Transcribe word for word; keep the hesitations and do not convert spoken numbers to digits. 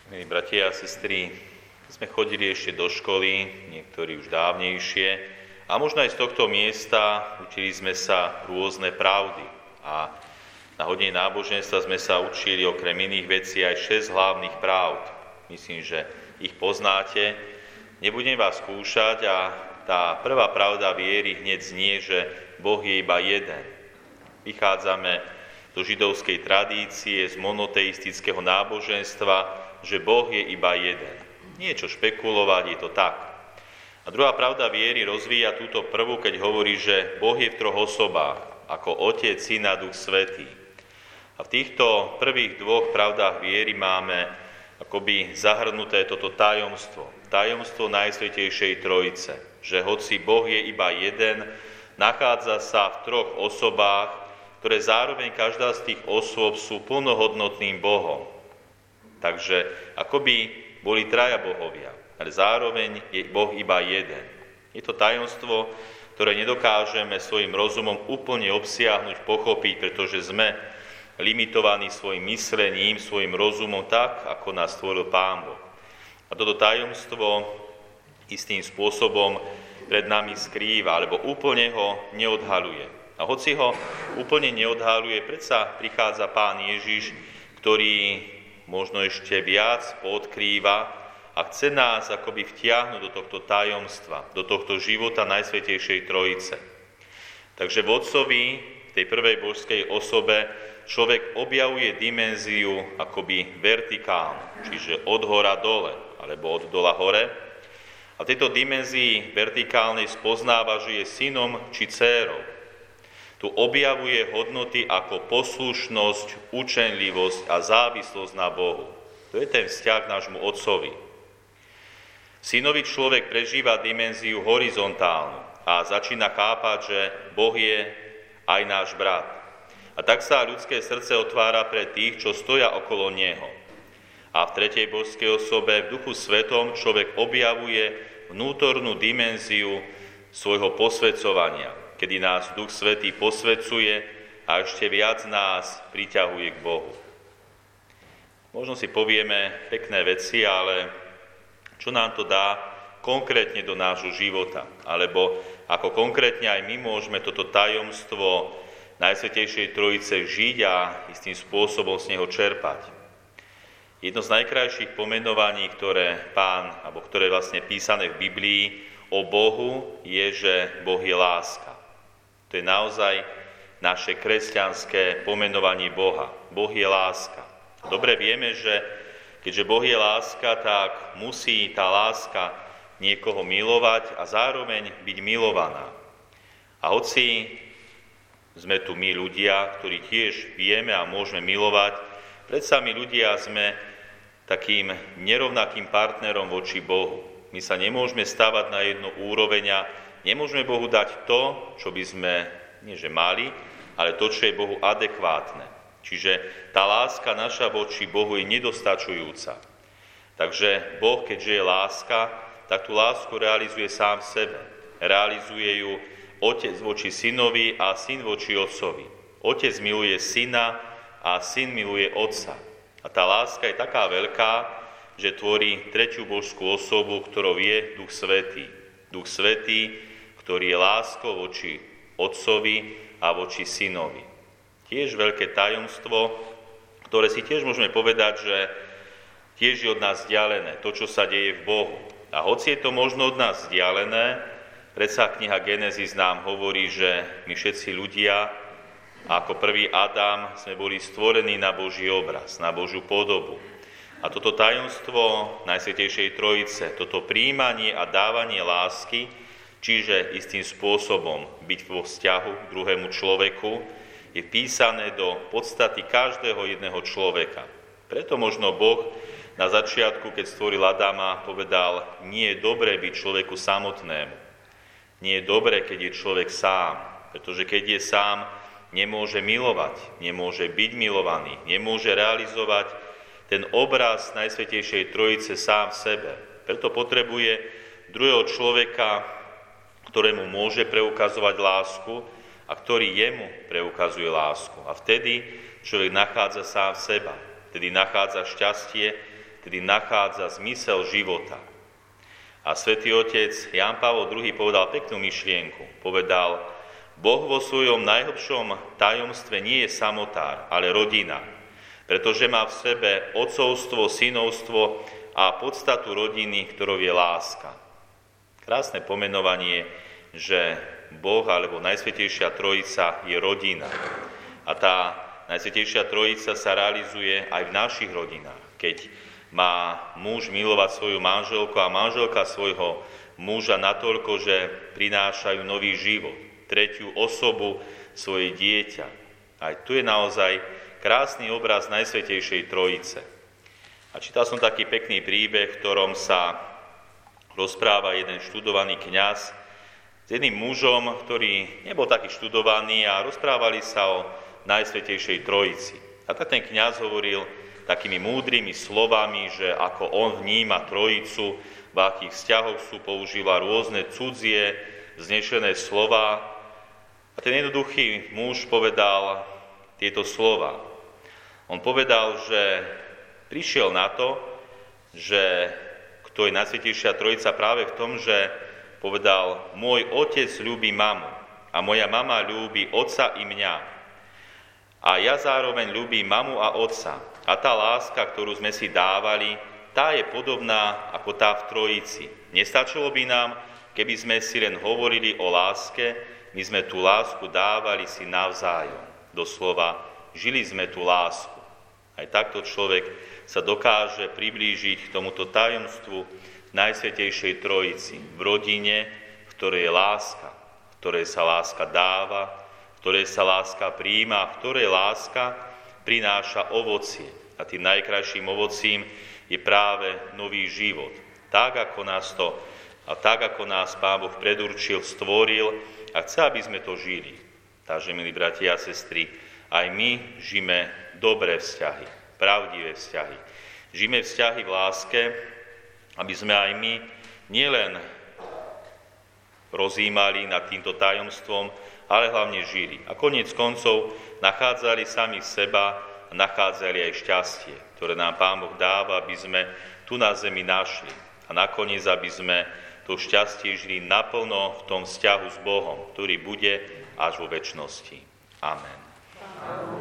Milí bratia a sestry, sme chodili ešte do školy, niektorí už dávnejšie, a možno aj z tohto miesta učili sme sa rôzne pravdy. A na hodine náboženstva sme sa učili okrem iných vecí aj šesť hlavných pravd. Myslím, že ich poznáte. Nebudem vás skúšať a tá prvá pravda viery hneď znie, že Boh je iba jeden. Vychádzame do židovskej tradície, z monoteistického náboženstva, že Boh je iba jeden. Nie čo špekulovať, je to tak. A druhá pravda viery rozvíja túto prvú, keď hovorí, že Boh je v troch osobách, ako Otec, Syn a Duch Svätý. A v týchto prvých dvoch pravdách viery máme akoby zahrnuté toto tajomstvo. Tajomstvo Najsvätejšej Trojice. Že hoci Boh je iba jeden, nachádza sa v troch osobách, ktoré zároveň každá z tých osôb sú plnohodnotným Bohom. Takže akoby boli traja bohovia, ale zároveň je Boh iba jeden. Je to tajomstvo, ktoré nedokážeme svojim rozumom úplne obsiahnuť, pochopiť, pretože sme limitovaní svojim myslením, svojim rozumom tak, ako nás stvoril Pán Boh. A toto tajomstvo istým spôsobom pred nami skrýva, alebo úplne ho neodhaľuje. A hoci ho úplne neodhaľuje, predsa prichádza Pán Ježiš, ktorý možno ešte viac poodkrýva a chce nás akoby vtiahnuť do tohto tajomstva, do tohto života Najsvätejšej Trojice. Takže v Otcovi, tej prvej božskej osobe, človek objavuje dimenziu akoby vertikálnu, čiže od hora dole, alebo od dola hore. A v tejto dimenzii vertikálnej spoznáva, že je synom či dcérou. Tu objavuje hodnoty ako poslušnosť, učenlivosť a závislosť na Bohu. To je ten vzťah k nášmu Otcovi. Synový človek prežíva dimenziu horizontálnu a začína chápať, že Boh je aj náš brat. A tak sa ľudské srdce otvára pre tých, čo stoja okolo neho. A v tretej božskej osobe, v Duchu Svetom, človek objavuje vnútornú dimenziu svojho posväcovania, kedy nás Duch Svätý posväcuje a ešte viac nás priťahuje k Bohu. Možno si povieme pekné veci, ale čo nám to dá konkrétne do nášho života? Alebo ako konkrétne aj my môžeme toto tajomstvo Najsvätejšej Trojice žiť a istým spôsobom z neho čerpať? Jedno z najkrajších pomenovaní, ktoré Pán, alebo ktoré je vlastne písané v Biblii o Bohu, je, že Boh je láska. To je naozaj naše kresťanské pomenovanie Boha. Boh je láska. Dobre vieme, že keďže Boh je láska, tak musí tá láska niekoho milovať a zároveň byť milovaná. A hoci sme tu my ľudia, ktorí tiež vieme a môžeme milovať, predsa my ľudia sme takým nerovnakým partnerom voči Bohu. My sa nemôžeme stavať na jednu úroveň a nemôžeme Bohu dať to, čo by sme, nie že mali, ale to, čo je Bohu adekvátne. Čiže tá láska naša voči Bohu je nedostačujúca. Takže Boh, keďže je láska, tak tú lásku realizuje sám v sebe. Realizuje ju otec voči synovi a syn voči otcovi. Otec miluje syna a syn miluje otca. A tá láska je taká veľká, že tvorí tretiu božskú osobu, ktorou je Duch Svätý. Duch Svätý, ktorý je láskou voči Otcovi a voči Synovi. Tiež veľké tajomstvo, ktoré si tiež môžeme povedať, že tiež je od nás vzdialené, to, čo sa deje v Bohu. A hoci je to možno od nás vzdialené, predsa kniha Genesis nám hovorí, že my všetci ľudia, ako prvý Adam, sme boli stvorení na Boží obraz, na Božiu podobu. A toto tajomstvo Najsvätejšej Trojice, toto prijímanie a dávanie lásky, čiže istým spôsobom byť vo vzťahu k druhému človeku, je písané do podstaty každého jedného človeka. Preto možno Boh na začiatku, keď stvoril Adama, povedal, nie je dobré byť človeku samotnému. Nie je dobré, keď je človek sám, pretože keď je sám, nemôže milovať, nemôže byť milovaný, nemôže realizovať ten obraz Najsvätejšej Trojice sám v sebe. Preto potrebuje druhého človeka, ktorému môže preukazovať lásku a ktorý jemu preukazuje lásku. A vtedy človek nachádza sám seba. Vtedy nachádza šťastie, kedy nachádza zmysel života. A Svätý Otec Ján Pavol druhý povedal peknú myšlienku. Povedal, Boh vo svojom najhlbšom tajomstve nie je samotár, ale rodina, pretože má v sebe otcovstvo, synovstvo a podstatu rodiny, ktorou je láska. Krásne pomenovanie, že Boh alebo Najsvätejšia Trojica je rodina. A tá Najsvätejšia Trojica sa realizuje aj v našich rodinách, keď má muž milovať svoju manželku a manželka svojho muža natoľko, že prinášajú nový život, tretiu osobu svoje dieťa. Aj tu je naozaj krásny obraz Najsvätejšej Trojice. A čítal som taký pekný príbeh, v ktorom sa rozpráva jeden študovaný kňaz s jedným mužom, ktorý nebol taký študovaný, a rozprávali sa o Najsvätejšej Trojici. A tak ten kňaz hovoril takými múdrymi slovami, že ako on vníma Trojicu, v akých vzťahoch sú, používa rôzne cudzie, vznešené slova. A ten jednoduchý muž povedal tieto slova. On povedal, že prišiel na to, že kto je Najsvätejšia Trojica práve v tom, že povedal, môj otec ľúbi mamu a moja mama ľúbi otca i mňa. A ja zároveň ľúbim mamu a otca. A tá láska, ktorú sme si dávali, tá je podobná ako tá v Trojici. Nestačilo by nám, keby sme si len hovorili o láske, my sme tú lásku dávali si navzájom. Doslova, žili sme tú lásku. Aj takto človek sa dokáže priblížiť k tomuto tajomstvu Najsvätejšej Trojici. V rodine, v ktorej je láska, v ktorej sa láska dáva, v ktorej sa láska prijíma, v ktorej láska prináša ovocie. A tým najkrajším ovocím je práve nový život. Tak, ako nás to, a tak, ako nás Pán Boh predurčil, stvoril a chce, aby sme to žili. Takže, milí bratia a sestry, aj my žijeme dobré vzťahy, pravdivé vzťahy. Žijeme vzťahy v láske, aby sme aj my nielen rozjímali nad týmto tajomstvom, ale hlavne žili. A koniec koncov nachádzali sami seba a nachádzali aj šťastie, ktoré nám Pán Boh dáva, aby sme tu na zemi našli. A nakoniec, aby sme to šťastie žili naplno v tom vzťahu s Bohom, ktorý bude až vo večnosti. Amen. Amen.